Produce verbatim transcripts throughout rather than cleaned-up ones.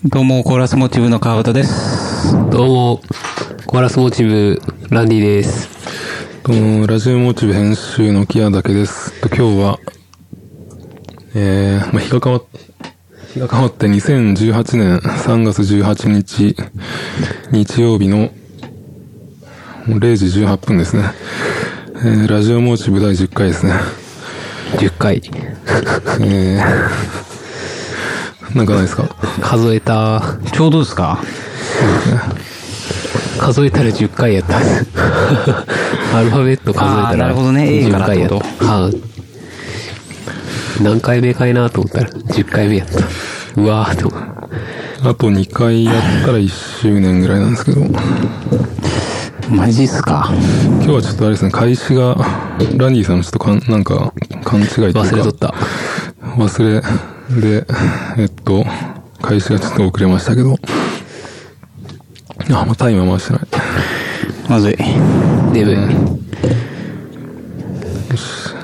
どうも、コーラスモチブの川端です。 どうも、コーラスモチブ、ランディです。 どうも、ラジオモチブ編集の木屋岳です。今日は、えー、まあ、日が変わっ、日が変わってにせんじゅうはちねんさんがつじゅうはちにち、日曜日のれいじじゅうはっぷんですね。えー、ラジオモチブだいじゅっかいですね。 じゅっかい。 えー、なんかないですか？ 数えた。 ちょうどですか？ そうですね。 数えたらじゅっかいやった。アルファベット数えたら。 なるほどね。 じゅ A っからかいやった。はあ、何回目かいなと思ったら、じゅっかいめやった。うわーと。 あとにかいやったらいっしゅうねんぐらいなんですけど。 マジっすか？ 今日はちょっとあれですね、開始が、ランディさんのちょっとかん、なんか、勘違いというか。 忘れとった。 忘れで、えっと、開始がちょっと遅れましたけど。あ、もうタイマー回してない。 まずい。 デブ。 よし。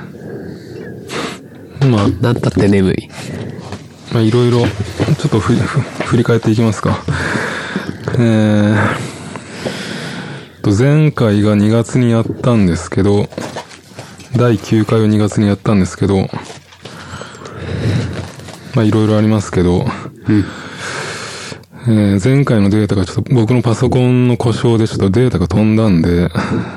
まあ、 なんたって眠い。 まあ、いろいろ、ちょっとふり、ふ、振り返っていきますか。えー、と、前回がにがつにやったんですけど、だいきゅうかいをにがつにやったんですけど、まあ、いろいろありますけど、 うんえー、前回のデータがちょっと僕のパソコンの故障でちょっとデータが飛んだんで、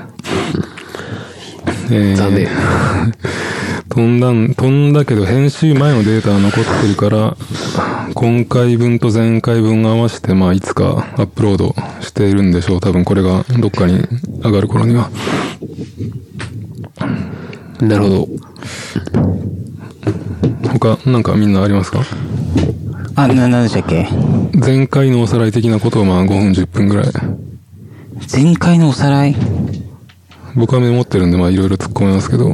えー、 残念。 飛んだん、飛んだけど編集前のデータが残ってるから、今回分と前回分合わせて、まあいつかアップロードしているんでしょう。多分これがどっかに上がる頃には。 なるほど。 他、なんかみんなありますか？ あ、な、なんでしたっけ？ 前回のおさらい的なことをまあごふんじゅっぷんぐらい。 前回のおさらい？ 僕はメモってるんでまあいろいろ突っ込めますけど。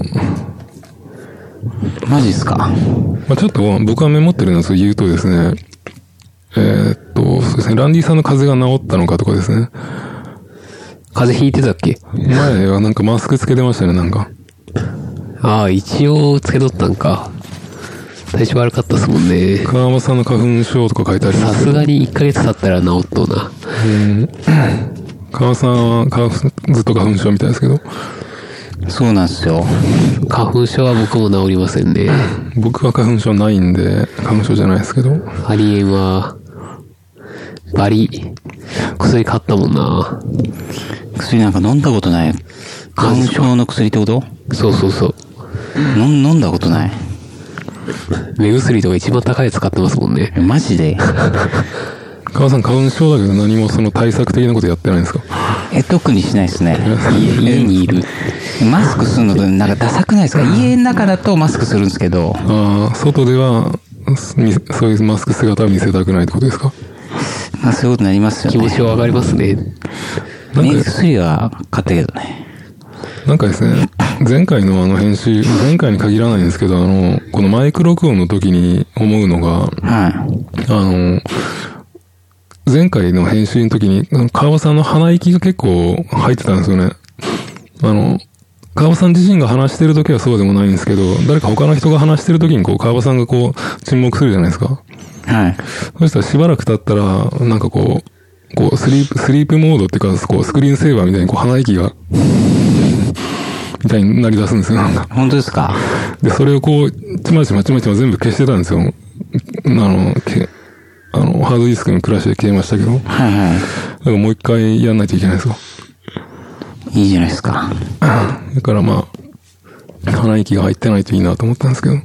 マジっすか？ まあちょっと僕はメモってるのを言うとですね、えー、っと、そうですね、ランディさんの風邪が治ったのかとかですね。 風邪ひいてたっけ？ 前はなんかマスクつけてましたね、なんか。 ああ、一応つけとったんか。体調悪かったっすもんね。 川間さんの花粉症とか書いてありまさすけど。 すがにいっかげつ経ったら治っとうな。 うん。川間さんは花粉ずっと花粉症みたいですけど。 そうなんですよ。 花粉症は僕も治りませんね。 僕は花粉症ないんで、花粉症じゃないですけど。 ハリエンは、バリ、薬買ったもんな。 薬なんか飲んだことない。花粉症の薬ってこと？ そうそうそう。 飲ん、飲んだことない。 目薬とか一番高いやつ買ってますもんね。 マジで？ 川さん花粉症だけど何もその対策的なことやってないんですか？ え、特にしないですね。 家にいる。 マスクするのとなんかダサくないですか？家の中だとマスクするんですけど。 ああ、外では、そういうマスク姿を見せたくないってことですか？ まあそういうことになりますよね。 気持ちは上がりますね。 目薬は買ったけどね。 なんかですね、前回のあの編集、前回に限らないんですけど、あの、このマイク録音の時に思うのが、 はい。 あの、前回の編集の時に、川場さんの鼻息が結構入ってたんですよね。あの、川場さん自身が話してる時はそうでもないんですけど、誰か他の人が話してる時にこう、川場さんがこう、沈黙するじゃないですか。 はい。 そしたらしばらく経ったら、なんかこう、こう、スリープ、スリープモードっていうか、こう、スクリーンセーバーみたいにこう、鼻息が、みたいになり出すんですよ、なんか。 本当ですか？ で、それをこう、ちまちまちまちま全部消してたんですよ。あの、け、あの、ハードディスクのクラッシュで消えましたけど。 はいはい。 だからもう一回やんないといけないですよ。 いいじゃないですか。 だからまあ、鼻息が入ってないといいなと思ったんですけど。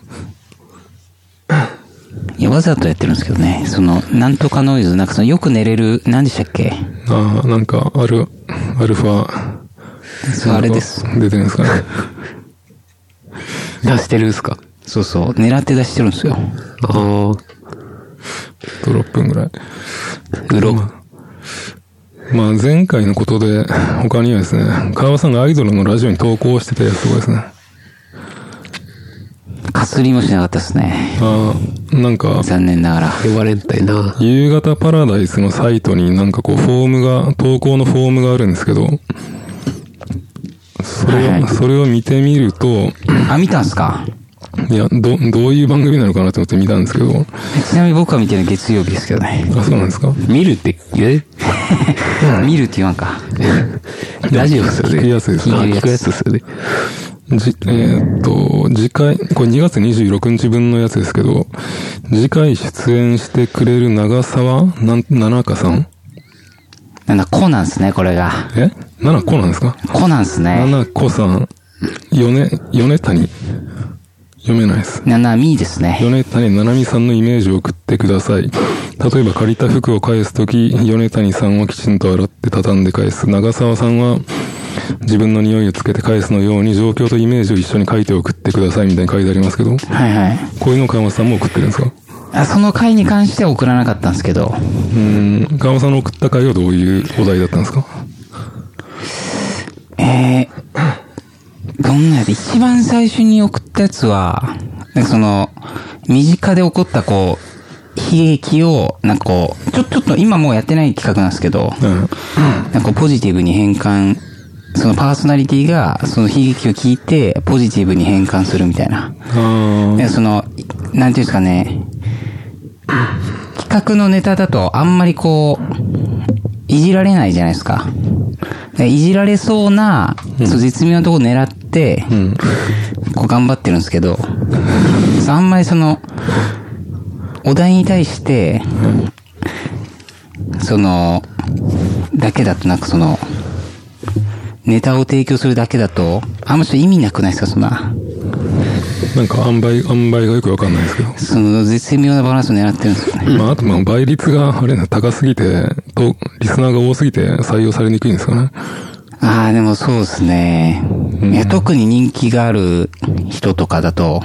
いや、わざとやってるんですけどね。その、なんとかノイズ、なんかその、よく寝れる、何でしたっけ？ ああ、なんか、アル、アルファ、 そう、あれです。 出てるんですかね。 出してるんすか？ そうそう。狙って出してるんですよ。 ああ。 ろっぷんぐらい。 うろ。 まあ、まあ、前回のことで、他にはですね、川場さんがアイドルのラジオに投稿してたやつとかですね。 かすりもしなかったですね。 ああ、なんか、 残念ながら。 呼ばれんたいな。 夕方パラダイスのサイトになんかこうフォームが、投稿のフォームがあるんですけど、それを、 はいはいそれを見てみると、 あ、見たんすか？ いや、ど、どういう番組なのかなと思って見たんですけど。 ちなみに僕は見てるの月曜日ですけどね。 あ、そうなんですか？ 見るって言う見るって言わんか。 ラジオですよね。 聞きやすいですね。 聞くやつですよね。 じ、えーっと、次回、これにがつにじゅうろくにちぶんのやつですけど、次回出演してくれる長澤なん、七香さんなんだ、子なんすね、これが。 え七子なんですか？ 子なんすね。 七子さん、米、米谷読めないです。 ななみですね。 米谷七海さんのイメージを送ってください。例えば借りた服を返すとき、米谷さんはきちんと洗って畳んで返す。長澤さんは自分の匂いをつけて返すのように状況とイメージを一緒に書いて送ってくださいみたいに書いてありますけど。 はいはい。 こういうのを川本さんも送ってるんですか？ あ、その回に関しては送らなかったんですけど。 うーん、川本さんの送った回はどういうお題だったんですか？ えー、どんなやつ、一番最初に送ったやつは、なんかその、身近で起こったこう、悲劇を、なんかこう、ちょ、ちょっと今もうやってない企画なんですけど、 うん。 なんかこうポジティブに変換、そのパーソナリティが、その悲劇を聞いて、ポジティブに変換するみたいな。 あでその、なんていうんですかね、企画のネタだとあんまりこう、いじられないじゃないですか。でいじられそうな、そう絶妙なところを狙って、 ー。うん。 こう頑張ってるんですけど、あんまりその、お題に対して、その、だけだとなんかその、ネタを提供するだけだと、あんまちょっと意味なくないですか、そんな。 なんか塩梅、塩梅がよくわかんないですけど。 その絶妙なバランスを狙ってるんですよね。 まあ、あとまあ倍率があれね、高すぎて、と、リスナーが多すぎて採用されにくいんですかね。 ああ、でもそうですね。いや、特に人気がある人とかだと、 うん。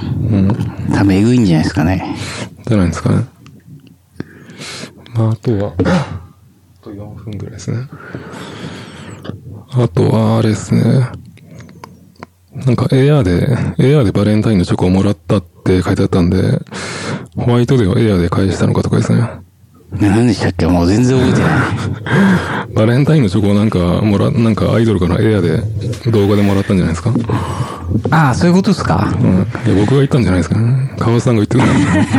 多分エグいんじゃないですかね。 じゃないですかね。まあ、あとは、あとよんぷんぐらいですね。あとは、あれですね。なんか エーアール で、エーアール でバレンタインのチョコをもらったって書いてあったんで、ホワイトデーを エーアール で返したのかとかですね。 何でしたっけ？もう全然覚えてない。 バレンタインのチョコをなんか、もら、なんかアイドルから エーアール で動画でもらったんじゃないですか。 ああ、そういうことですか？ うん。いや、僕が言ったんじゃないですかね。川尾さんが言ってく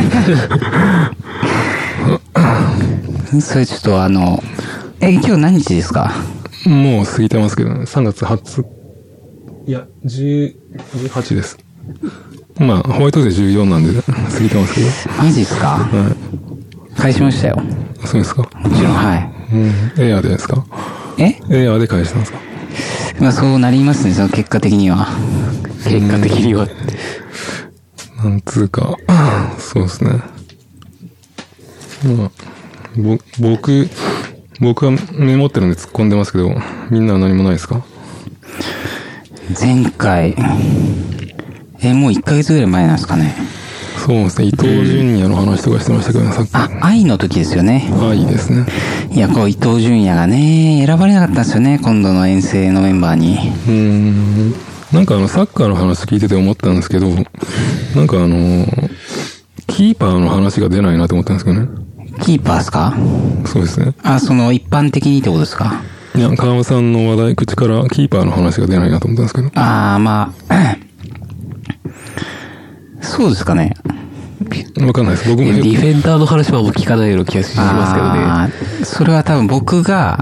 る。 それちょっとあの、え、今日何日ですか？ もう過ぎてますけどね。さんがつはつか、いや、じゅう、じゅうはちです。まあ、ホワイトデーじゅうよんなんで過ぎてますけど。 マジですか？ は返しましたよ。 い。そうですか。 もちろん、はい。 うん。エーアール でですか？ え？ エーアール で返したんですか？ まあそうなりますね、その結果的には。 結果的には。 なんつうか、そうですね。まあ、ぼ、僕、僕はメモってるんで突っ込んでますけど、みんなは何もないですか？ 前回、え、もういっかげつぐらい前なんですかね。 そうですね。伊藤純也の話とかしてましたけどね、さっき。 あ、愛の時ですよね。 あ、いいですね。 いや、こう伊藤純也がね、選ばれなかったんですよね、今度の遠征のメンバーに。 うーん。なんかあの、サッカーの話聞いてて思ったんですけど、なんかあの、キーパーの話が出ないなと思ったんですけどね。 キーパーですか？ そうですね。 あ、その一般的にってことですか？ いや、川尾さんの話題、口からキーパーの話が出ないなと思ったんですけど。 ああ、まあ、そうですかね。 わかんないです。僕もディフェンダーの話はもう聞かないような気がしますけどね。 あーそれは多分僕が、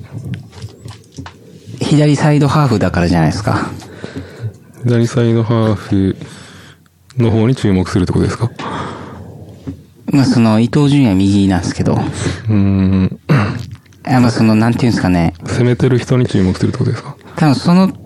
左サイドハーフだからじゃないですか。 左サイドハーフの方に注目するってことですか？ まあその伊藤純也右なんですけど、 うーん。 あまあそのなんていうんですかね。 攻めてる人に注目するってことですか？ 多分その、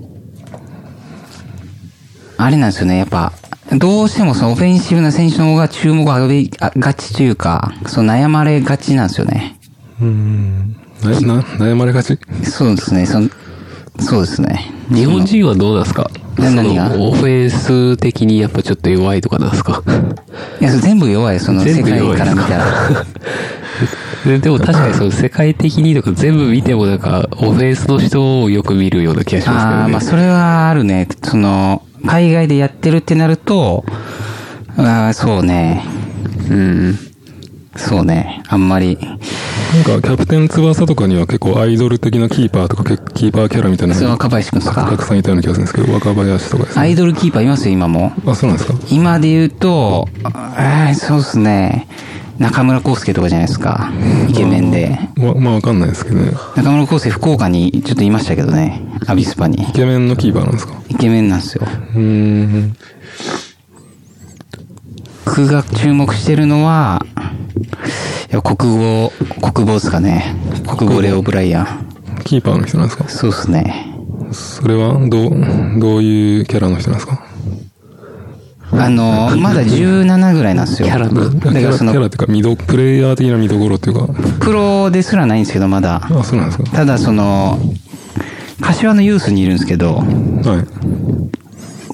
あれなんですよね、やっぱ、どうしてもそのオフェンシブな選手の方が注目を浴びがちというか、その悩まれがちなんですよね。 うーん。な、な、悩まれがち？ そうですね、その、そうですね。 日本人はどうなんですか？ 何が？ そのオフェンス的にやっぱちょっと弱いとかなんですか？ いや、それ全部弱い、その世界から見たら。 で, でも確かにその世界的にとか全部見てもなんかオフェンスの人をよく見るような気がしますけどね。 ああ、まあそれはあるね。その、海外でやってるってなると、ああ、そうね。うん。そうね。あんまり。 なんか、キャプテン翼とかには結構アイドル的なキーパーとか、キーパーキャラみたいなのそれ若林くんですか？ たくさんいたような気がするんですけど、若林とかですね。 アイドルキーパーいますよ、今も。 あ、そうなんですか？ 今で言うと、えー、そうですね。中村康介とかじゃないですか。イケメンで。 ま、まあわかんないですけどね。 中村康介福岡にちょっといましたけどね。アビスパに。 イケメンのキーパーなんですか？ イケメンなんですよ。 うーん。 僕が注目してるのは、いや国語、国語ですかね。国語レオブライアン。 キーパーの人なんですか？ そうですね。 それは、どう、どういうキャラの人なんですか？ あの、まだじゅうななぐらいなんですよ。 キャラの。 キャラ、キャラっていうか、見ど、プレイヤー的な見どころっていうか。 プロですらないんですけど、まだ。 あ、そうなんですか？ ただその、柏のユースにいるんですけど、 はい。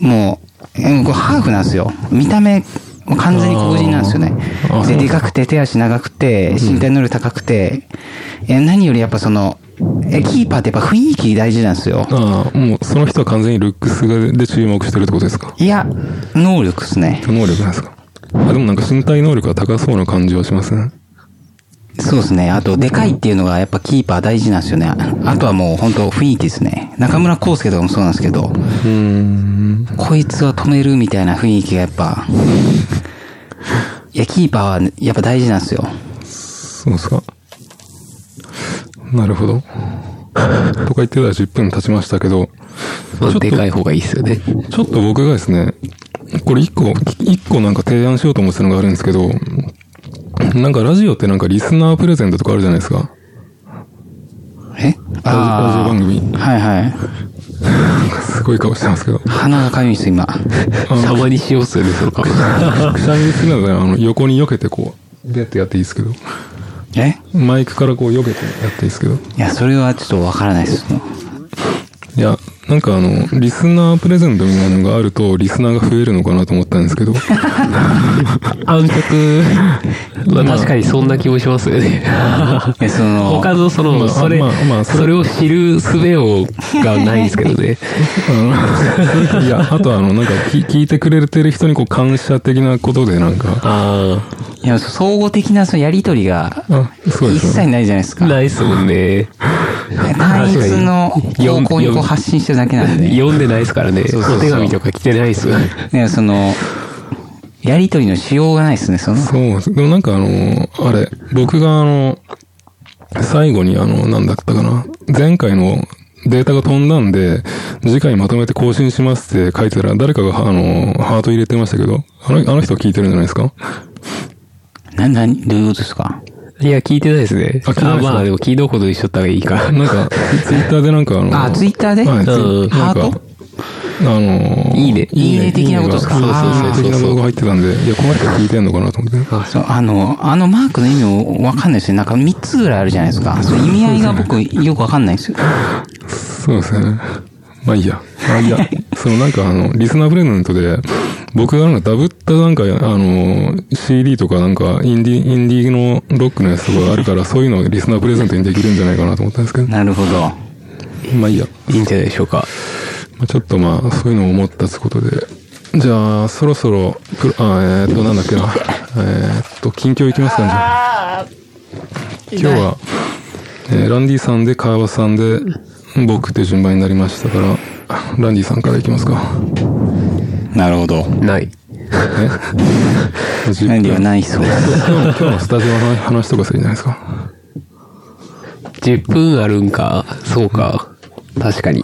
もう、えこれハーフなんですよ。見た目、完全に黒人なんですよね。で、でかくて、手足長くて、身体能力高くて、うん、え何よりやっぱその、えキーパーってやっぱ雰囲気大事なんですよ。 ああ、もうその人は完全にルックスで注目してるってことですか？ いや、能力ですね。 能力なんですか？あ、でもなんか身体能力が高そうな感じはしますね。 そうですね。あと、でかいっていうのがやっぱキーパー大事なんですよね。あとはもう本当雰囲気ですね。中村康介とかもそうなんですけど、うーん、 こいつは止めるみたいな雰囲気がやっぱ、いや、キーパーはやっぱ大事なんですよ。 そうですか。なるほど。とか言ってたらじゅっぷん経ちましたけど、 まあ、でかい方がいいですよね。 ちょっと僕がですね、これ一個、一個なんか提案しようと思ってたのがあるんですけど、なんかラジオってなんかリスナープレゼントとかあるじゃないですか。 えあラジオ番組。 はいはい。 すごい顔してますけど。 鼻がかゆいです、今。 たまにしようするその顔。 くしゃみするので、あの、横に避けてこう、ベッてやっていいですけど。 えマイクからこう避けてやっていいですけど。 いや、それはちょっとわからないです。 いや、なんかあの、リスナープレゼントみたいなのがあると、リスナーが増えるのかなと思ったんですけど。 暗黒。まあ確かにそんな気もしますよね。 え、その、 他のその、 まあそれ、 まあまあそれそれを知る術を、がないんですけどね。 いや、あとあの、なんか聞聞いてくれてる人にこう感謝的なことでなんか。 あいや、総合的なそのやりとりが、 あ、そうですね。 一切ないじゃないですあ。 か。 ないっすもんね。 単一の方向にこう発信してるだけなんで。 読んでないですからね。 そうそうそうお手紙とか来てないっすよね。 ね、その、やりとりのしようがないですね、その。 そう、でもなんかあの、あれ、僕があの、最後にあの、なんだったかな。前回のデータが飛んだんで、次回まとめて更新しますって書いてたら、誰かがあの、ハート入れてましたけど、あの、あの人聞いてるんじゃないですか？ な、な、どういうことですか？ いや、聞いてないですね。 あ聞いてないですかあ、まあでも聞いたこと一緒だったらいいか。 なんか、ツイッターでなんかあの、 あ、ツイッターではい、ツイうんなんか、 ハートあの、 いいねいいね的なことですか？ そうそうあーそう、的な動画が入ってたんで、いや、この人聞いてんのかなと思って。 あ、 そう、あの、あのマークの意味もわかんないですよ。なんかみっつぐらいあるじゃないですか。その意味合いが僕よくわかんないんですよ。 そうですね。まあいいや。あ、いや、そのなんかあの、リスナープレゼントで、僕がなんかダブったなんか、あの、シーディー とかなんか、インディ、インディーのロックのやつとかがあるから、そういうのをリスナープレゼントにできるんじゃないかなと思ったんですけど。 なるほど。 まあいいや。 いいんじゃないでしょうか。 まあ、ちょっとまあ、そういうのを思ったってことで。じゃあ、そろそろ、プロ、あ、えー、っと、なんだっけな。えー、っと、近況いきますかね、じゃあ。今日は、えー、ランディさんで、川場さんで、僕って順番になりましたから、ランディさんからいきますか。 なるほど。 ない。 え何ではないそうです。 今日の、今日のスタジオの話とかするんじゃないですか。 じゅっぷんあるんか。そうか。確かに。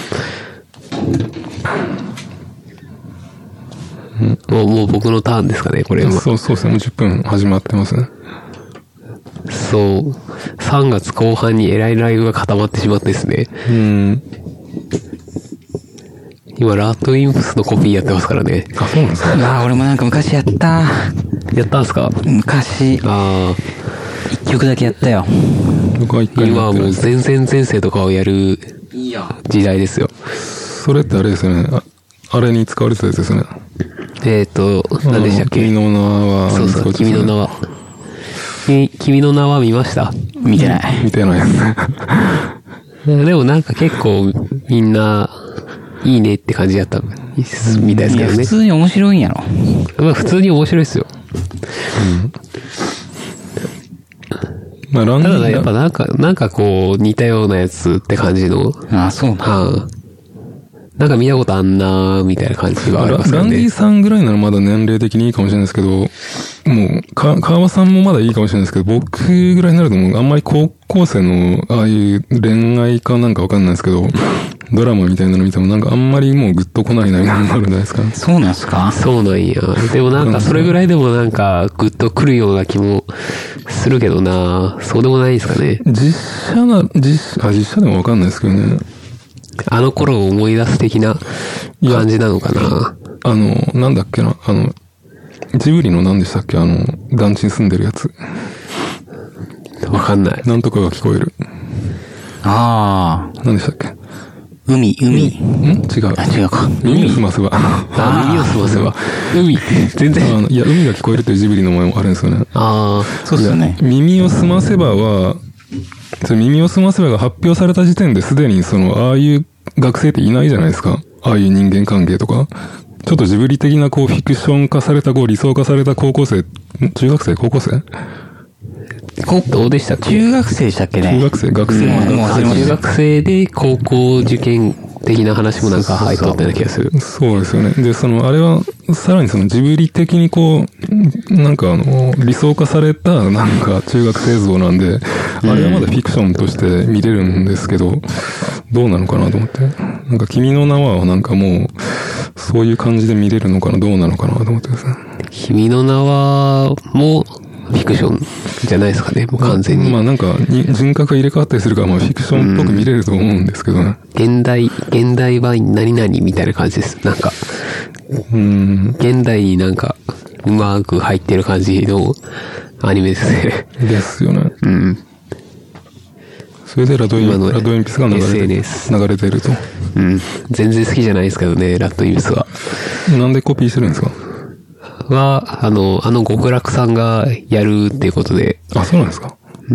もう、もう僕のターンですかね、これは。 そうそうですね。もうじゅっぷん始まってますね。 そう。さんがつこう半に偉いライブが固まってしまってですね。 うん。 今、ラッドインプスのコピーやってますからね。 あ、そうなんですか。 ああ、俺もなんか昔やった。 やったんすか？ 昔、 ああ。 一曲だけやったよ。 僕は一回今はもう前線前世とかをやるいいよ。 時代ですよ。 それってあれですよね。ああれに使われてたやつですね。 えっと、何でしたっけ？ 君の名は、 そうそう、君の名は。君、君の名は見ました？ 見てない。 みたいなやつね。 でもなんか結構みんな、いいねって感じだったみたいですいや、 けどね。 普通に面白いんやろ。 まあ普通に面白いですよ。 まあ、ランただやっぱなんか、なんかこう、似たようなやつって感じの。 あ、そうなんだ。 はあ、なんか見たことあんなーみたいな感じはありますよね。 ランディさんぐらいならまだ年齢的にいいかもしれないですけど、もう、か、川場さんもまだいいかもしれないですけど、僕ぐらいになるともうあんまり高校生の、ああいう恋愛かなんかわかんないですけど、ドラマみたいなの見てもなんかあんまりもうグッと来ないなみたいになるんじゃないですか。 そうなんすか？ そうなんや。でもなんかそれぐらいでもなんかグッと来るような気もするけどな。そうでもないですかね。 実写な、実、あ、実写でもわかんないですけどね。 あの頃を思い出す的な感じなのかな。 あの、なんだっけな、あの、ジブリの何でしたっけ、あの、団地に住んでるやつ。 わかんない。 なんとかが聞こえる。 ああ。 何でしたっけ。 海、海。 ん違う。 あ、違うか。 耳をすませば。 あ、耳をすませば。海。全然。 あの、いや、海が聞こえるっていうジブリの前もあるんですよね。 ああ。 そうですよね。 耳をすませばは、それ耳をすませばが発表された時点ですでにその、ああいう学生っていないじゃないですか。ああいう人間関係とか。ちょっとジブリ的なこうフィクション化された、こう理想化された高校生、中学生高校生こどうでしたっけ？ 中学生でしたっけね？ 中学生学生もうもう忘れました中学生で高校受験的な話もなんか入っとったような気がする。 そうですよね。で、その、あれは、さらにそのジブリ的にこう、なんかあの、理想化された、なんか中学生像なんで、あれはまだフィクションとして見れるんですけど、どうなのかなと思って。なんか君の名はなんかもう、そういう感じで見れるのかな、どうなのかなと思ってですね。 君の名は、もう、フィクションじゃないですかね、もう完全に。 まあなんかに、人格が入れ替わったりするから、まあフィクションっぽく見れると思うんですけどね。 現代、現代版何々みたいな感じです。なんか、 うん。 現代になんか、うまく入ってる感じのアニメですね。 ですよね。 うん。 それでラドイン、 今のラドインピスが流れてエスエヌる。 エス流れてると。 うん。全然好きじゃないですけどね、ラッドインプスは。 なんでコピーしてるんですか？ は、あの、あの極楽さんがやるっていうことで、 あ、そうなんですか？ うん、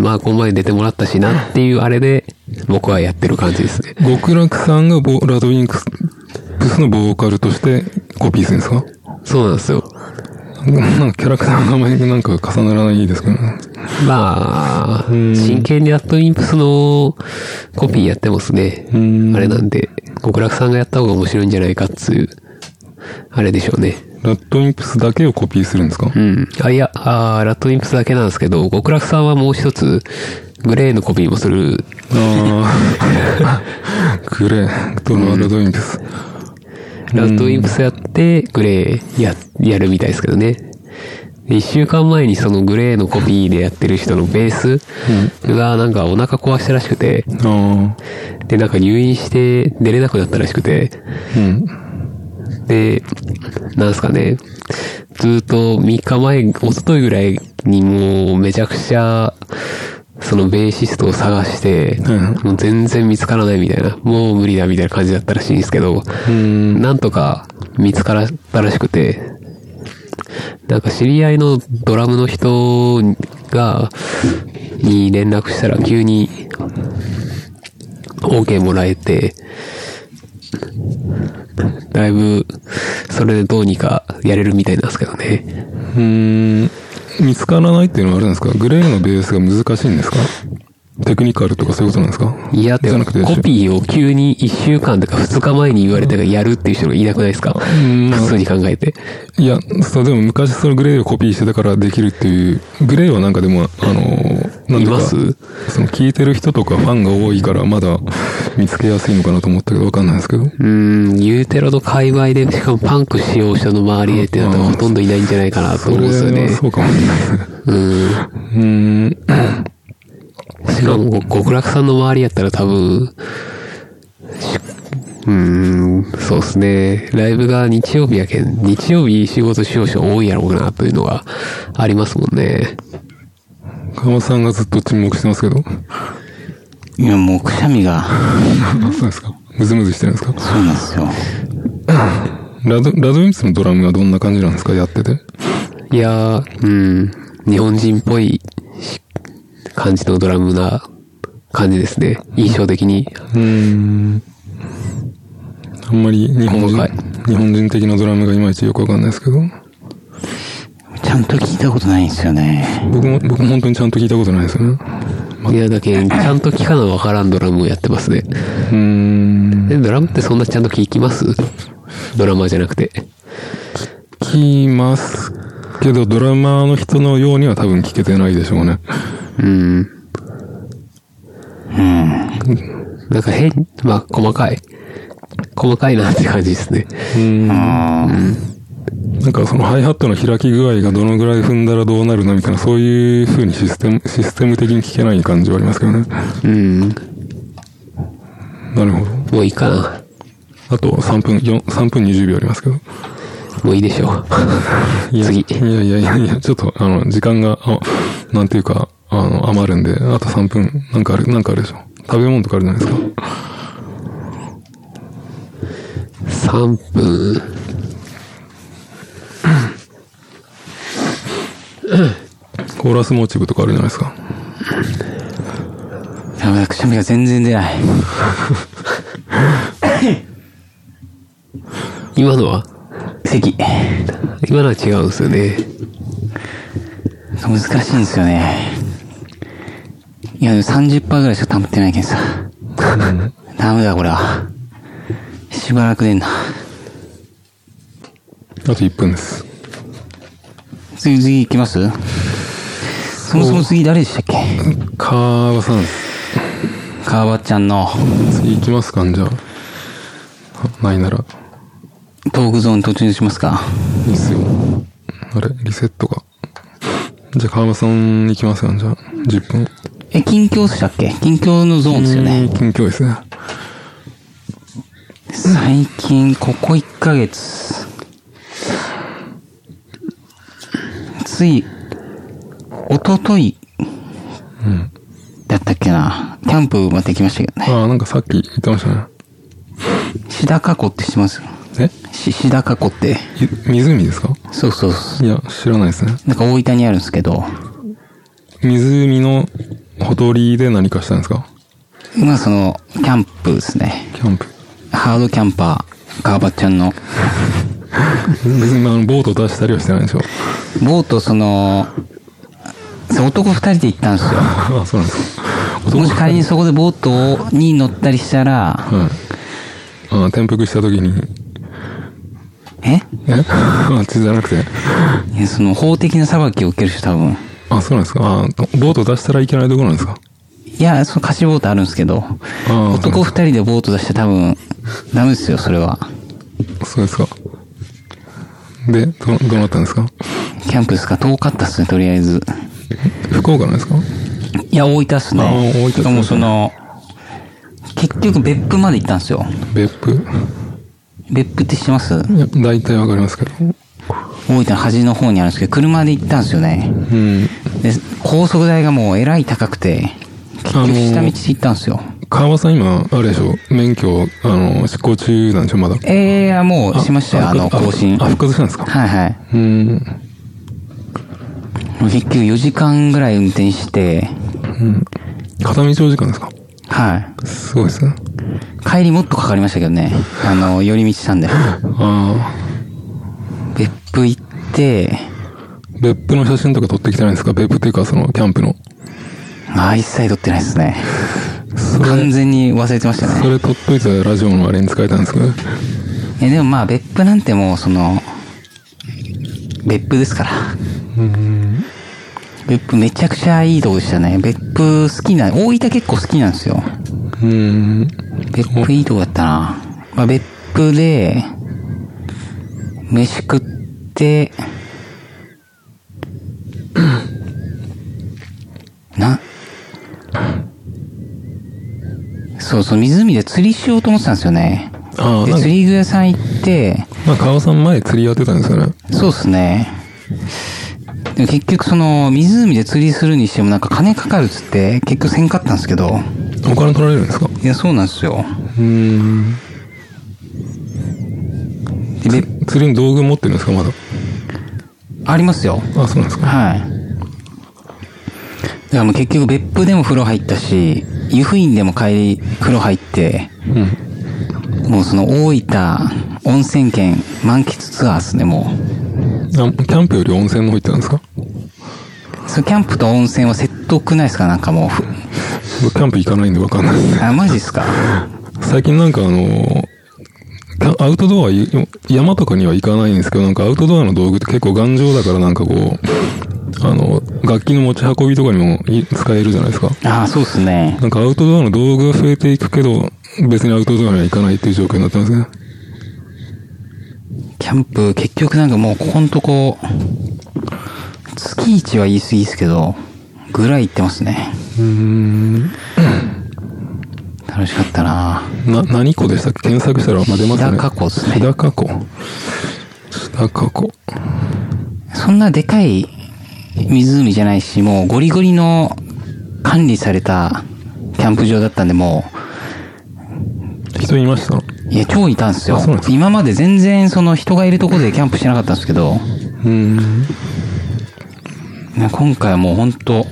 まあ、この前出てもらったしなっていうあれで、僕はやってる感じですね。 極楽さんがボラドウィンクスのボーカルとしてコピーするんですか？ そうなんですよ。 なんかキャラクターの名前がなんか重ならないですけどね。 まあ、真剣にラッドインプスのコピーやってますね。あれなんで、極楽さんがやった方が面白いんじゃないかっつう、あれでしょうね。 ラッドインプスだけをコピーするんですか？ うん。あ、いや、あラッドインプスだけなんですけど、極楽さんはもう一つ、グレーのコピーもする。 ああ。グレーとラッドインプス。 ラッドインプスやって、グレーや、やるみたいですけどね。一週間前にそのグレーのコピーでやってる人のベースがなんかお腹壊したらしくて、 ああ。 で、なんか入院して出れなくなったらしくて、 うん。 で、なんすかね、ずーっとみっかまえ、一昨日ぐらいにもうめちゃくちゃ、そのベーシストを探して、 うんもう全然見つからないみたいな、もう無理だみたいな感じだったらしいんですけど、 うん。 なんとか見つからったらしくて、なんか知り合いのドラムの人が、に連絡したら急に OK もらえて、だいぶ、それでどうにかやれるみたいなんですけどね。 うーん。見つからないっていうのはあるんですか？グレーのベースが難しいんですか？テクニカルとかそういうことなんですか？ いや、でもじゃなくてコピーを急にいっしゅうかんとかふつかまえに言われたらやるっていう人がいなくないですか？ ん普通に考えて。 いや、そう、でも昔そのグレーをコピーしてたからできるっていう、グレーはなんかでも、あの、なんとか、 いますその聞いてる人とかファンが多いからまだ見つけやすいのかなと思ったけどわかんないですけど。 うーん、ユーテロの界隈で、しかもパンク使用したの周りでってなったらほとんどいないんじゃないかなと思うんですよね。 そうかもしれないですね。 うーん。 うーん。 しかも、極楽さんの周りやったら多分、しうーん、そうですね。ライブが日曜日やけん、日曜日仕事しよう人多いやろうな、というのがありますもんね。 川さんがずっと沈黙してますけど。 いや、もうくしゃみが、 そうですか。ムズムズしてるんですか？ そうなんですよ。 ラド、ラドウィンプスのドラムはどんな感じなんですか？やってて。 いやー、うん、日本人っぽい感じのドラムな感じですね。印象的に。 うーん。あんまり日本人細かい、 日本人的なドラムがいまいちよくわかんないですけど。 ちちゃんと聞いたことないんですよね。 僕も、僕も本当にちゃんと聞いたことないですよね。 いや、だけちゃんと聞かなわからんドラムをやってますね。 うーん。 で、ドラムってそんなちゃんと聞きます？ドラマーじゃなくて。 聞きますけど、ドラマーの人のようには多分聞けてないでしょうね。 うん。 うん。 なんか変、まあ、細かい。細かいなって感じですね。 うーん。なんかそのハイハットの開き具合がどのぐらい踏んだらどうなるのみたいな、そういう風にシステム、システム的に聞けない感じはありますけどね。 うん。 なるほど。 もういいかな。 あとさんぷん、よん、さんぷんにじゅうびょうありますけど。 もういいでしょう。 いや次。 いやいやいやいや、ちょっと、あの、時間が、あなんていうか、あの、余るんで、あとさんぷん、なんかある、なんかあるでしょ。食べ物とかあるじゃないですか。 さんぷん。 コーラスモチーフとかあるじゃないですか。 ダメだ、くしゃみが全然出ない。 今のは席。 今のは違うんですよね。 難しいんですよね。いや、さんじゅっパーセント ぐらいしか溜まってないけどさ。ダメだ、これは。しばらく出んな。 あといっぷんです。 次、次行きます？そもそも次誰でしたっけ？ 川場さん。 川場ちゃんの。 次行きますか、じゃあ。ないなら。 トークゾーン突入しますか？ いいっすよ。あれ、リセットが。じゃあ川場さん行きますか、じゃあ。じゅっぷん。 え、近況でしたっけ？近況のゾーンですよね。 近況ですね。 最近、ここいっかげつ。つい、おととい、 うん。 だったっけな。キャンプまで行きましたけどね。 ああ、なんかさっき言ってましたね。 シダカ湖って知ってます？ えし、シダカ湖って。 湖ですか？ そうそうそう。 いや、知らないですね。 なんか大分にあるんですけど。 湖のほとりで何かしたんですか？ まあその、キャンプですね。 キャンプ。 ハードキャンパー、川場ちゃんの。 別にあの、ボート出したりはしてないでしょ。 ボートその、男二人で行ったんですよ。 ああ、そうなんですか。 もし仮にそこでボートに乗ったりしたら、 はい。ああ、転覆した時に、 ええあっちじゃなくて。 いや、その法的な裁きを受ける人多分。 あ、そうなんですか。ああ、ボート出したらいけないところなんですか。 いや、その貸しボートあるんですけど、 あ男二人でボート出して多分、ダメですよ、それは。 そうですか。で、ど、どうなったんですか？ キャンプですか？遠かったっすね、とりあえず。 福岡なんですか？ いや、大分っすね。 あー大分っすねしかもその、結局別府まで行ったんですよ。 別府？ 別府って知ってます？ いや、大体わかりますけど。 大分の端の方にあるんですけど、車で行ったんですよね。 うん。 で、高速代がもうえらい高くて、結局下道で行ったんですよ。 川場さん今、あれでしょ、免許、あの、執行中なんでしょ、まだ。 ええー、もうしましたよ、あの、更新。 あ、復活したんですか？ はいはい。 うん。 結局よじかんぐらい運転して、 うん。片道長時間ですか？ はい。 すごいですね。 帰りもっとかかりましたけどね。あの、寄り道したんで。 ああ。 別府行って、 別府の写真とか撮ってきてないんですか？別府っていうか、その、キャンプの。 ああ、一切撮ってないですね。完全に忘れてましたね。 それ撮っといたらラジオのあれに使えたんですかね。 え、でもまあ、別府なんてもう、その、別府ですから。 うん。 別府めちゃくちゃいいとこでしたね。別府好きな、大分結構好きなんですよ。 うん。 別府いいとこだったな。まあ、別府で、飯食って、な、そうそう、湖で釣りしようと思ってたんですよね。 ああ、 で、 なんか釣り具屋さん行って、 まあ、川さん前釣りやってたんですよね。 そうっすね。でも結局その、湖で釣りするにしてもなんか金かかるっつって、結局せんかったんですけど。 お金取られるんですか？ いや、そうなんですよ。 うーん。 で、 つ釣りの道具持ってるんですか、まだ。 ありますよ。 あ、そうなんですか。 はい。だからもう結局別府でも風呂入ったし、湯布院でも帰り風呂入って、 うん。 もうその大分温泉圏満喫ツアーですね、もあ、キャンプより温泉の方行ってたんですか？ そう、キャンプと温泉はセットくないですか？なんかもう。 僕キャンプ行かないんでわかんないです。 あ、マジですか？ 最近なんかあの、アウトドア、山とかには行かないんですけど、なんかアウトドアの道具って結構頑丈だからなんかこう、あの、楽器の持ち運びとかにも使えるじゃないですか。 ああ、そうですね。 なんかアウトドアの道具が増えていくけど、別にアウトドアには行かないっていう状況になってますね。 キャンプ、結局なんかもうここんとこ、月一は言い過ぎですけど、ぐらい行ってますね。 うーん。 楽しかったなな、何湖でしたっけ？検索したら、まあ、出ますね。 日高湖ですね。 日高湖。日高湖。 そんなでかい湖じゃないし、もうゴリゴリの管理されたキャンプ場だったんで、もう。人いました？ いや、超いたんですよ。 あ、そうなんですか？ 今まで全然その人がいるところでキャンプしてなかったんですけど、 うーん。 今回はもうほんと、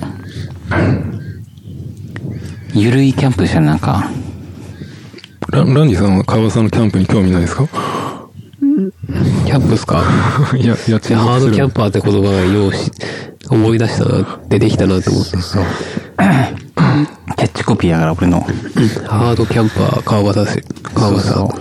ゆるいキャンプでしたね、なんか。 ラ、ランディさんは川さんのキャンプに興味ないですか？ キャンプっすか？ いや、いや、 いやハードキャンパーって言葉がようし、思い出したな、出てきたなと思って。 そう。キャッチコピーやから、俺の。 ハードキャンパー、川端市。川端。 そう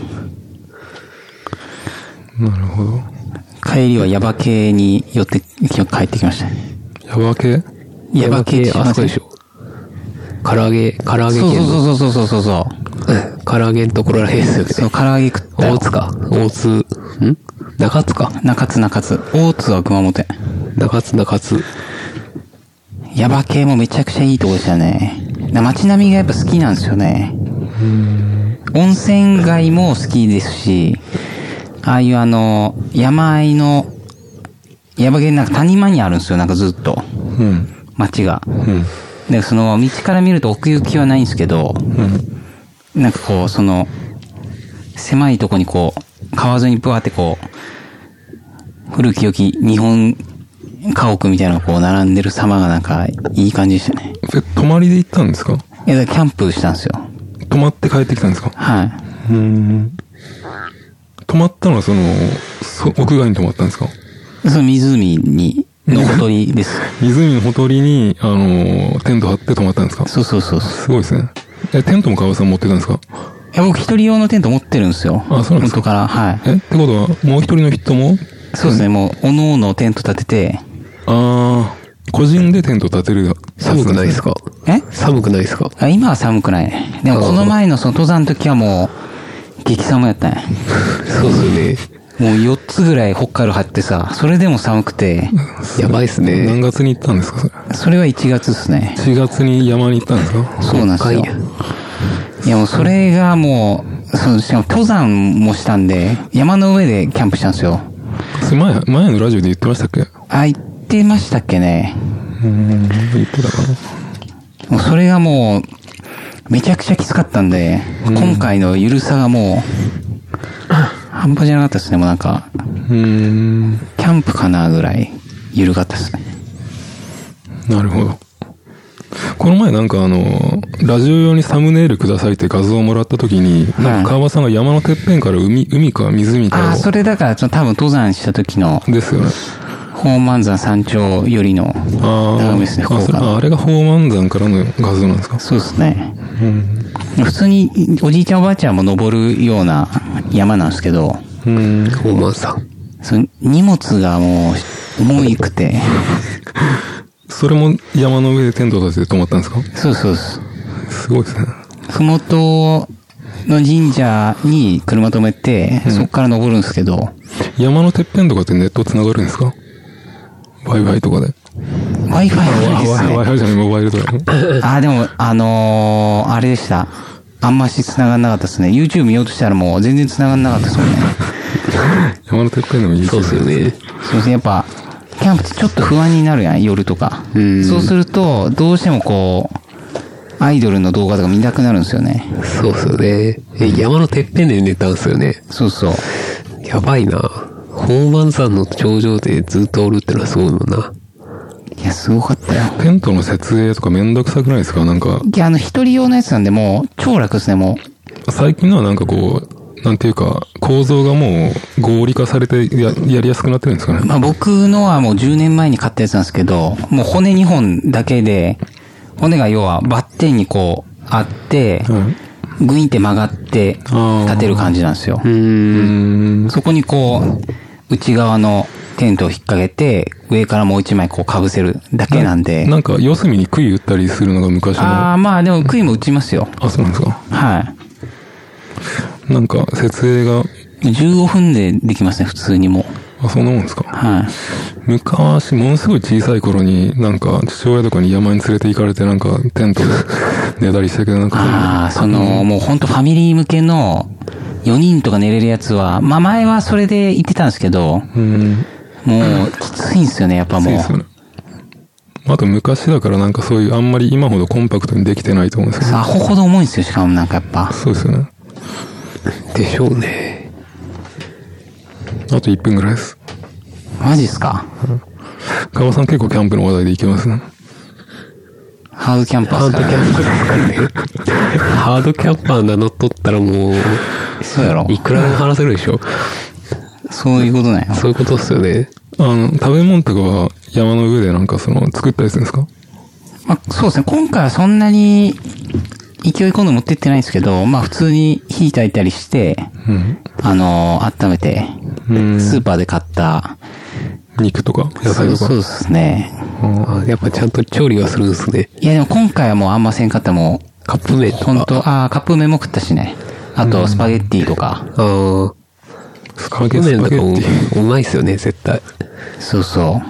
そうなるほど。 帰りはヤバ系に寄って帰ってきましたね。 ヤバ系？ ヤバ系、 あそこでしょ。唐揚げ、唐揚げそう系の。 そうそうそうそうそう。 唐揚げのところらへんですよね。 そう、唐揚げ食ったよ。 大津か。大津、ん中津か。 中津中津。大津は熊本。 中津中津。 ヤバ系もめちゃくちゃいいとこでしたね。街並みがやっぱ好きなんですよね。温泉街も好きですし、ああいうあの、山あいの、ヤバ系なんか谷間にあるんですよ、なんかずっと。 うん。 街が。 うん。 で、その、道から見ると奥行きはないんですけど、 うん。 なんかこう、その、狭いとこにこう、川沿いにブワーってこう、古き良き日本家屋みたいなのがこう並んでる様がなんかいい感じでしたね。 え、泊まりで行ったんですか？ いや、だからキャンプしたんですよ。 泊まって帰ってきたんですか？ はい。 うーん。泊まったのはその、そ屋外に泊まったんですか？ その湖に、のほとりです。 湖のほとりに、あの、テント張って泊まったんですか？ そうそうそう。 すごいですね。え、テントも川さん持ってたんですか？ いや、僕一人用のテント持ってるんですよ。 あ、そうなんですか？ 本当から、はい。 え、ってことは、もう一人の人も？ そうですね、もう、おのおのテント立てて。 あー、個人でテント立てるやつ。 寒くないですか？ え寒くないですか？ あ、今は寒くないね。でもこの前のその登山の時はもう、激寒やったね。 そうですね。 もうよっつぐらい北海道張ってさ、それでも寒くて。 やばいっすね。 何月に行ったんですか、それ。 それはいちがつですね。 いちがつに山に行ったんですか？ そうなんですよ。いやもうそれがもう、そのしかも登山もしたんで、山の上でキャンプしたんですよ。 それ前、前のラジオで言ってましたっけ？ あ、言ってましたっけね。 うーん、言ってたかな。 もうそれがもう、めちゃくちゃきつかったんで、うん、今回のゆるさがもう、半端じゃなかったですね、もうなんか。 うーん。 キャンプかなぐらい、ゆるかったですね。 なるほど。この前なんかあの、ラジオ用にサムネイルくださいって画像をもらった時に、なんか川場さんが山のてっぺんから海、海か湖かを。 ああ、それだから、多分登山した時の。 ですよね。 宝満山山頂よりの眺めですね、 ああ、あれが宝満山からの画像なんですか？ そうですね。 うん、 普通におじいちゃんおばあちゃんも登るような山なんですけど、 うん、宝満山。 その荷物がもう重いくて。 それも山の上でテント立てて泊まったんですか？ そうそうです。 すごいですね。 ふもとの神社に車止めて、うん、そこから登るんですけど。 山のてっぺんとかってネット繋がるんですか？Wi-Fi とかで。 Wi-Fi はないですね。 Wi-Fi じゃない、モバイルとか。 ああ、でも、あのー、あれでした。あんまし繋がんなかったですね。YouTube 見ようとしたらもう全然繋がんなかったですもんね。 山のてっぺんでもいいですよね。そうですよね。 そうですね。やっぱ、キャンプってちょっと不安になるやん、夜とか。うんそうすると、どうしてもこう、アイドルの動画とか見たくなるんですよね。 そうですよね。え、山のてっぺんで寝たんですよね。 そうそう。 やばいな。宝満山の頂上でずっとおるってのはすごいもんな。 いや、すごかったよ。 テントの設営とかめんどくさくないですか？なんか。 いや、あの、一人用のやつなんで、もう、超楽ですね、もう。最近のはなんかこう、 なんていうか、構造がもう合理化されてや、やりやすくなってるんですかね。 まあ僕のはもうじゅうねんまえに買ったやつなんですけど、もう骨にほんだけで、骨が要はバッテンにこうあって、うん、グインって曲がって立てる感じなんですよ。 うーん、 そこにこう、内側のテントを引っ掛けて、上からもう一枚こう被せるだけなんで。 な, なんか四隅に杭打ったりするのが昔の。 ああ、まあでも杭も打ちますよ。 あ、そうなんですか。 はい。 なんか設営が。 じゅうごふんでできますね、普通にも。 あ、そんなもんですか。 はい。 昔、ものすごい小さい頃に、なんか、父親とかに山に連れて行かれて、なんか、テントで寝たりしたけど、なんか。 ああ、その、もうほんとファミリー向けの、よにんとか寝れるやつは、まあ前はそれで行ってたんですけど、 うん、 もう、きついんですよね、やっぱもう。きついですよね。 あと昔だからなんかそういう、あんまり今ほどコンパクトにできてないと思うんですけど。 アホほど重いんですよ、しかもなんかやっぱ。 そうですよね。 でしょうね。 あといっぷんぐらいです。 マジっすか？ 川さん結構キャンプの話題で行けますね。 ハードキャンパーハードキャンパー。ハードキャンパー名乗っとったらもう、 そうやろ。 いくらでも話せるでしょ。 そういうことなんよ。 そういうことっすよね。 あの、食べ物とかは山の上でなんかその、作ったりするんですか？ まあ、そうですね。今回はそんなに勢い込んで持ってってないんですけど、まあ普通に火焚いたりして、うん、あの、温めて、スーパーで買った肉とか野菜とか。 そうですね。 あ、やっぱちゃんと調理はするんですね。 いやでも今回はもうあんませんかったもう、 カップ麺とか。 本当ああ、カップ麺も食ったしね。あとスパゲッティとか。 うん、ああ。スパゲッティとかもうまいっすよね、絶対。 そうそう。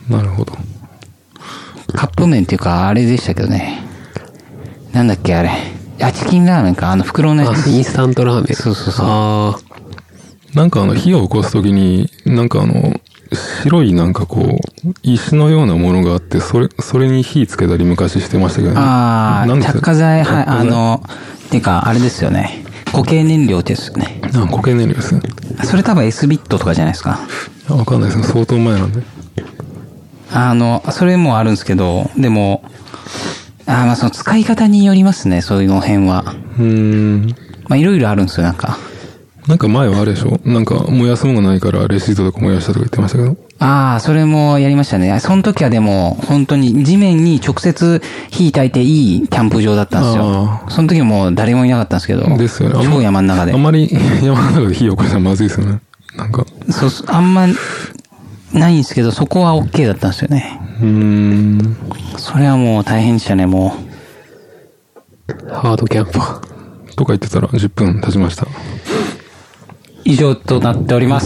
なるほど。 カップ麺っていうか、あれでしたけどね。なんだっけ、あれ。あ、チキンラーメンか。あの、袋のやつ。 インスタントラーメン。 そうそうそう。 ああ。なんかあの、火を起こすときに、なんかあの、白いなんかこう、石のようなものがあって、それ、それに火つけたり昔してましたけどね。 ああ、着火剤、はい、あの、っていうか、あれですよね。固形燃料ですよね。 あ、固形燃料ですね。 それ多分 S ビットとかじゃないですか。 わかんないですね。相当前なんで。 あの、それもあるんですけど、でも、ああ、まあその使い方によりますね、そういうの辺は。 うーん。 まあいろいろあるんですよ、なんか。 なんか前はあれでしょ？なんか燃やすものがないからレシートとか燃やしたとか言ってましたけど。 ああ、それもやりましたね。その時はでも、本当に地面に直接火焚いていいキャンプ場だったんですよ。その時も誰もいなかったんですけど。 ですよね。 超山の中で。 あんまり山の中で火を起こしたらまずいですよね。なんか。 そう、あんまないんですけど、そこは OK だったんですよね。 うーん。 それはもう大変でしたね、もう。ハードキャンパー。 とか言ってたらじゅっぷん経ちました。 以上となっております。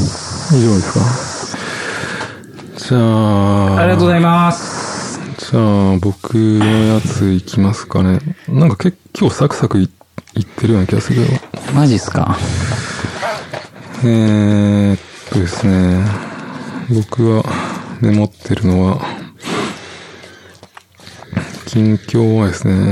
以上ですか。じゃあ。 ありがとうございます。 じゃあ、僕のやついきますかね。なんか結構サクサクい、いってるような気がするけど。 マジっすか。 えーっとですね。僕はメモってるのは、近況はですね、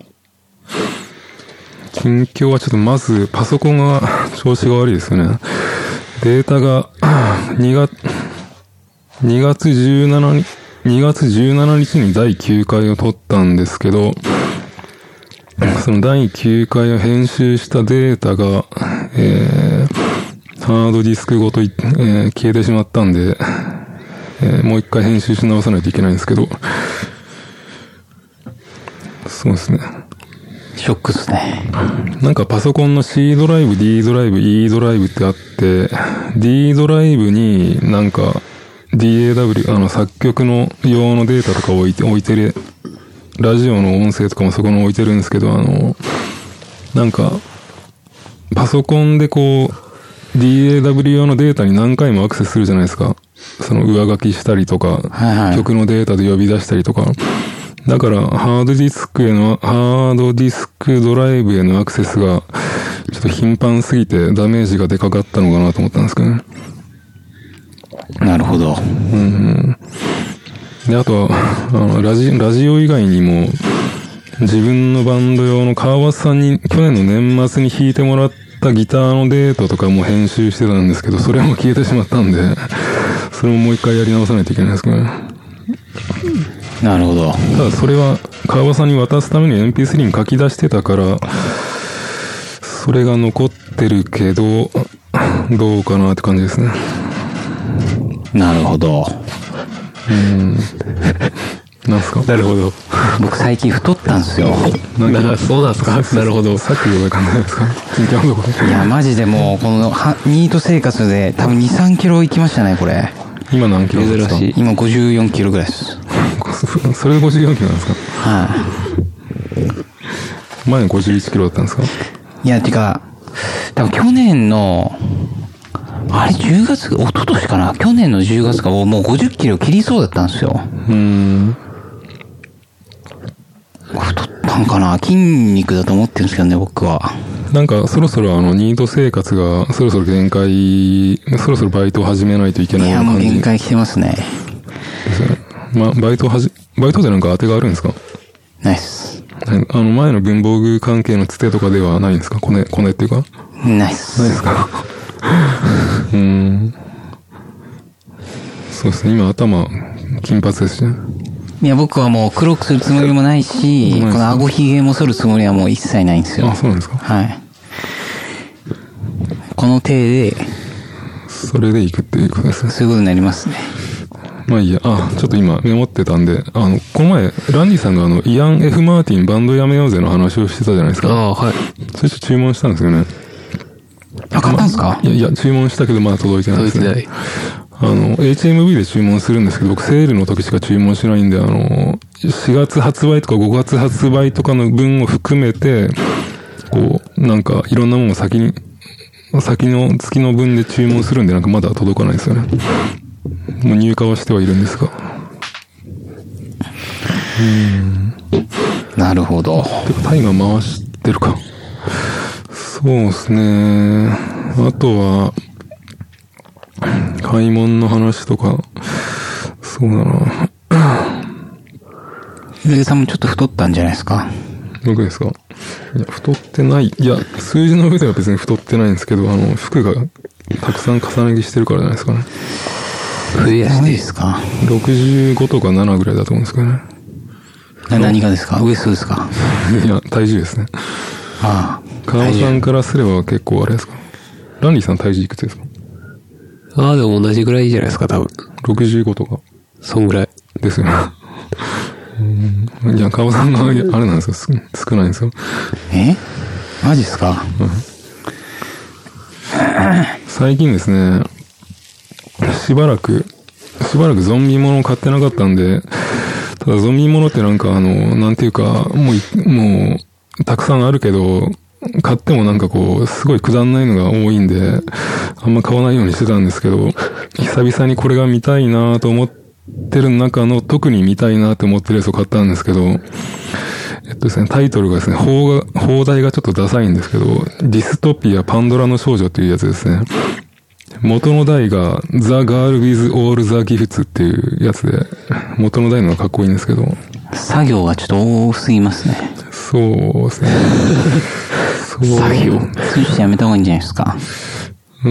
近況はちょっとまずパソコンが調子が悪いですよね。データがにがつ、にがつじゅうしちにち、にがつじゅうしちにちにだいきゅうかいを撮ったんですけど、そのだいきゅうかいを編集したデータが、えー、ハードディスクごと、えー、消えてしまったんで、えー、もう一回編集し直さないといけないんですけど、そうですね。 ショックっすね。 なんかパソコンの C ドライブ、D ドライブ、E ドライブってあって、D ドライブになんか ディーエーダブリュー、あの作曲の用のデータとか置いて、置いてる、ラジオの音声とかもそこに置いてるんですけど、あの、なんか、パソコンでこう、ディーエーダブリュー 用のデータに何回もアクセスするじゃないですか。その上書きしたりとか、 はいはい、 曲のデータで呼び出したりとか。だから、ハードディスクへの、ハードディスクドライブへのアクセスが、ちょっと頻繁すぎてダメージがでかかったのかなと思ったんですけどね。 なるほど。 うん。で、あとは、あの、ラジ、ラジオ以外にも、自分のバンド用の川端さんに去年の年末に弾いてもらったギターのデータとかも編集してたんですけど、それも消えてしまったんで、それももう一回やり直さないといけないですけどね。 なるほど。 ただそれは川端さんに渡すために エムピースリー に書き出してたから、 それが残ってるけど、どうかなって感じですね。 なるほど。 うん。なんすか？ なるほど。 僕最近太ったんですよ。 な、そうなんですか？なるほど。 さっき言われたんじゃないですか？聞いてますか？ いや、マジでもう、このは、ニート生活で多分に、さんキロ行きましたね、これ。 今何キロですか？ 珍しい。 今ごじゅうよんキロぐらいです。 それでごじゅうよんキロなんですか？ はい、 前ごじゅういちキロだったんですか？ いや、てか、多分去年の、あれじゅうがつ、一昨年かな？去年のじゅうがつかもうごじゅっキロ切りそうだったんですよ。 うーん。 太ったんかな？筋肉だと思ってるんですけどね、僕は。 なんか、そろそろあの、ニート生活が、そろそろ限界、そろそろバイトを始めないといけないいや、 ような感じ。 もう限界来てますね。 ですね。まあ、バイトはじ、バイトでなんか当てがあるんですか？ ナイス。 あの、前の文房具関係のつてとかではないんですか？コネ、コネっていうか？ ナイス。 ないですか？うーん。そうですね。今頭、金髪ですしね。 いや、僕はもう黒くするつもりもないし、 ないですか？ この顎ひげも剃るつもりはもう一切ないんですよ。 あ、そうなんですか？ はい。この手で、 それで行くっていうことですね。 そういうことになりますね。 まあいいや。あ、ちょっと今メモってたんで、あの、この前、ランディさんがあの、イアン・ F ・マーティンバンドやめようぜの話をしてたじゃないですか。 ああ、はい。 それちょっと注文したんですよね。 あ、買ったんすか？ いや、いや、注文したけどまだ届いてないですね。 届いてない。 あの、エイチエムブイ で注文するんですけど、僕セールの時しか注文しないんで、あの、しがつ発売とかごがつ発売とかの分を含めて、こう、なんかいろんなものを先に、先の月の分で注文するんで、なんかまだ届かないですよね。もう入荷はしてはいるんですが。うーん。 なるほど。 てか、タイマー回してるか。そうですね。あとは、買い物の話とか、そうだな。 ゆうげさんもちょっと太ったんじゃないですか？ 僕ですか？いや、太ってない。いや、数字の上では別に太ってないんですけど、あの、服がたくさん重ね着してるからじゃないですかね。 増やしてですか？ ろくじゅうごとかななぐらいだと思うんですけどね。 何がですか？ウエストですか？ いや、体重ですね。 ああ。 川尾さんからすれば結構あれですか？ランディさん体重いくつですか？ ああ、でも同じぐらいじゃないですか、多分。 ろくじゅうごとか。 そんぐらい。 ですよね。うん。いや、川尾さんがあれなんですよ。す少ないんですよ。 え？マジっすか？ うん、最近ですね、しばらく、しばらくゾンビものを買ってなかったんで、ただゾンビものってなんかあの、なんていうか、もう、もう、たくさんあるけど、買ってもなんかこう、すごいくだんないのが多いんで、あんま買わないようにしてたんですけど、久々にこれが見たいなと思ってる中の、特に見たいなと思ってるやつを買ったんですけど、えっとですね、タイトルがですね、放が、放題がちょっとダサいんですけど、ディストピア・パンドラの少女っていうやつですね。元の題が、The Girl with All the Gifts っていうやつで、元の題のがかっこいいんですけど。 作業がちょっと多すぎますね。 そうですね。そう作業そしてやめた方がいいんじゃないですか？ うん。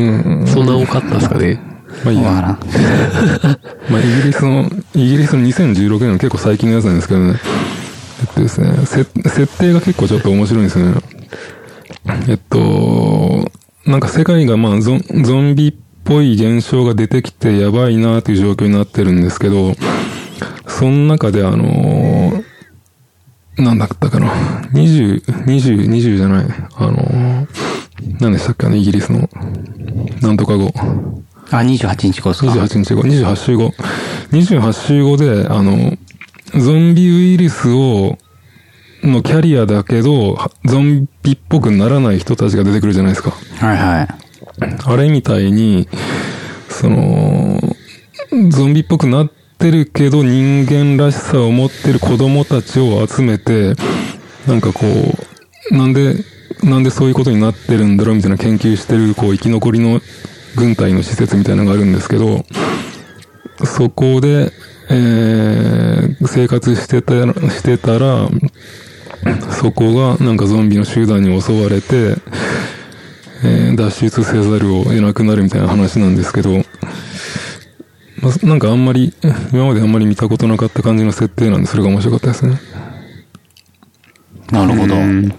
そんな多かったですかね。 まあいいや。 わからん。 まあイギリスの、イギリスのにせんじゅうろくねんの結構最近のやつなんですけどね。えっとですね、せ設定が結構ちょっと面白いんですよね。えっと、なんか世界がまあゾン、ゾンビっぽい現象が出てきてやばいなという状況になってるんですけど、その中であのー、なんだったかな。にじゅう、にじゅう、にじゅうじゃない。あのー、何でしたっけあの、イギリスの、なんとか語。 あ、にじゅうはちにちごですか？ にじゅうはちにちご。にじゅうはち週後。にじゅうはち週後で、あの、ゾンビウイルスを、のキャリアだけど、ゾンビっぽくならない人たちが出てくるじゃないですか。 はいはい。 あれみたいに、その、ゾンビっぽくなってるけど人間らしさを持ってる子供たちを集めて、なんかこう、なんで、なんでそういうことになってるんだろうみたいな研究してる、こう、生き残りの軍隊の施設みたいなのがあるんですけど、そこで、えー、生活してた、してたら、そこがなんかゾンビの集団に襲われて、えー、脱出せざるを得なくなるみたいな話なんですけど、まあ、なんかあんまり、今まであんまり見たことなかった感じの設定なんで、それが面白かったですね。 なるほど。 う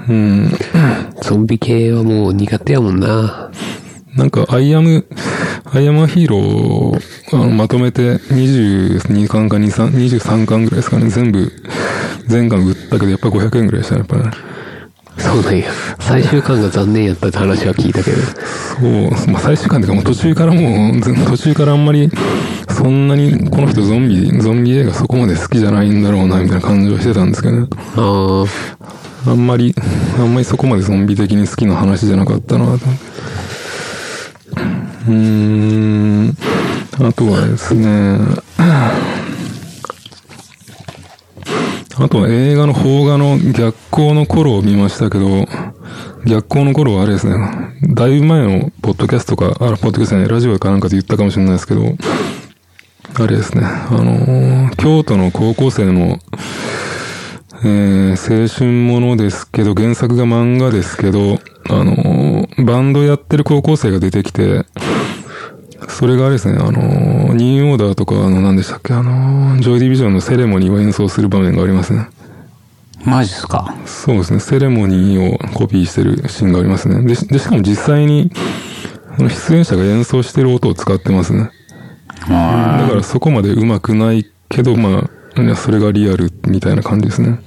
うん。 ゾンビ系はもう苦手やもんな。 なんか、アイアム、アイアムアヒーロー、あの、まとめてにじゅうにかんかにじゅうさんかんぐらいですかね。全部、全巻売ったけど、やっぱごひゃくえんぐらいしたね、やっぱね。 そうなんや。最終巻が残念やったって話は聞いたけど。 そう、まあ、最終巻っていうかもう途中からもう、途中からあんまり、そんなにこの人ゾンビ、ゾンビ映画そこまで好きじゃないんだろうな、みたいな感じはしてたんですけどね。 ああ。あんまり、あんまりそこまでゾンビ的に好きな話じゃなかったな、と思って。うーん。あとはですね、あとは映画の邦画の逆光の頃を見ましたけど、逆光の頃はあれですね、だいぶ前のポッドキャストか、あ、ポッドキャストね、ラジオかなんかで言ったかもしれないですけど、あれですね、あのー、京都の高校生の、えー、青春ものですけど、原作が漫画ですけど、あのー、バンドやってる高校生が出てきて、それがあれですね、あのー、ニューオーダーとか、あの、何でしたっけ、あのー、ジョイディビジョンのセレモニーを演奏する場面がありますね。 マジっすか？ そうですね、セレモニーをコピーしてるシーンがありますね。で、でしかも実際に、出演者が演奏してる音を使ってますね。だからそこまで上手くないけど、まあ、それがリアルみたいな感じですね。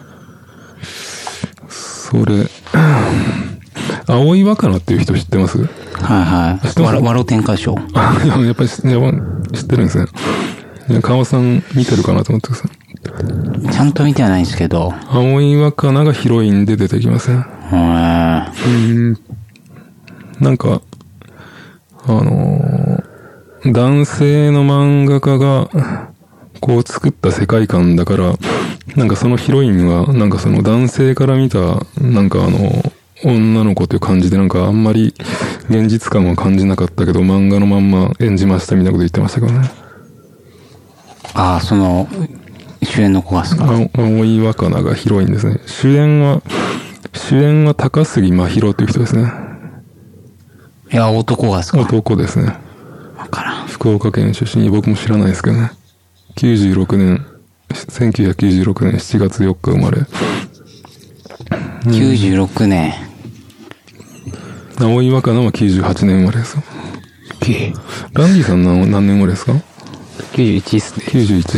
それ、青い若菜っていう人知ってます？ はいはい。わろ、わろ天下賞。 あ、いや、やっぱり知ってるんですね。いや、川さん見てるかなと思ってください。 ちゃんと見てはないんですけど。 青い若菜がヒロインで出てきますね。 へー。 なんか、あのー、男性の漫画家が、こう作った世界観だから、なんかそのヒロインは、なんかその男性から見た、なんかあの、女の子という感じでなんかあんまり現実感は感じなかったけど、漫画のまんま演じましたみたいなこと言ってましたけどね。 ああ、その、主演の子がですか？ 青い若菜がヒロインですね。主演は、主演は高杉真宙という人ですね。 いや、男がですか？ 男ですね。 わからん。 福岡県出身、僕も知らないですけどね。きゅうじゅうろくねん、せんきゅうひゃくきゅうじゅうろくねんしちがつよっか生まれ。 うん、きゅうじゅうろくねん。青い若菜はきゅうじゅうはちねん生まれですよ。ランディさん何、何年生まれですか？ きゅうじゅういちですね。 きゅうじゅういち。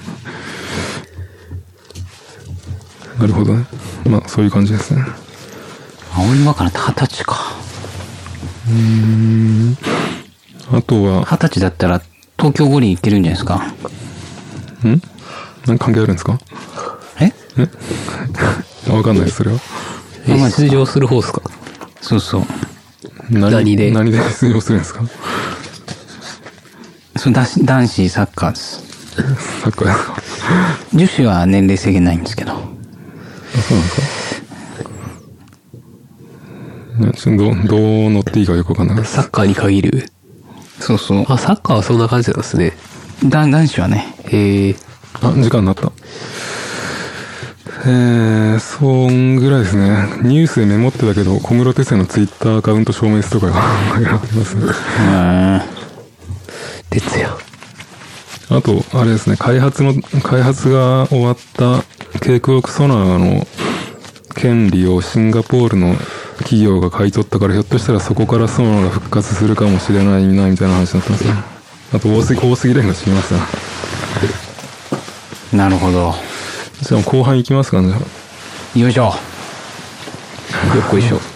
なるほどね。まあ、そういう感じですね。 青い若菜って二十歳か。 うーん。あとは。 二十歳だったら東京五輪行けるんじゃないですか？ ん？何関係あるんですか？ え？ え？わかんないです、それは。 え、出場する方ですか？ そうそう。 何, 何で何で出場するんですか？ そう、男子サッカーです。 サッカーですか？ 女子は年齢制限ないんですけど。 あ、そうなんですか？ね、ちょっとどう、どう乗っていいかよくわかんないです。 サッカーに限る。 そうそう。 あ、サッカーはそんな感じなんですね。 だ、男子はね。 へえ。 あ、時間になった。えー、そんぐらいですね。ニュースでメモってたけど、小室哲哉のツイッターアカウント消滅とかがありますね。 へー。 哲也。 あと、あれですね、開発の、開発が終わったケイクウォークソナーの権利をシンガポールの企業が買い取ったから、ひょっとしたらそこからソナーが復活するかもしれないな、みたいな話になってますね。あと、大杉、大杉蓮が知りました。 なるほど。 じゃあ後半行きますかね。 よいしょ。 よっこいしょ。